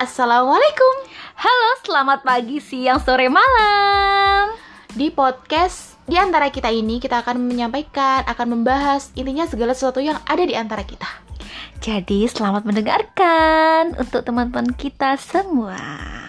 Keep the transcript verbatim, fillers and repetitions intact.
Assalamualaikum. Halo, selamat pagi, siang, sore, malam. Di podcast di antara kita ini kita akan menyampaikan, akan membahas intinya segala sesuatu yang ada di antara kita. Jadi selamat mendengarkan untuk teman-teman kita semua.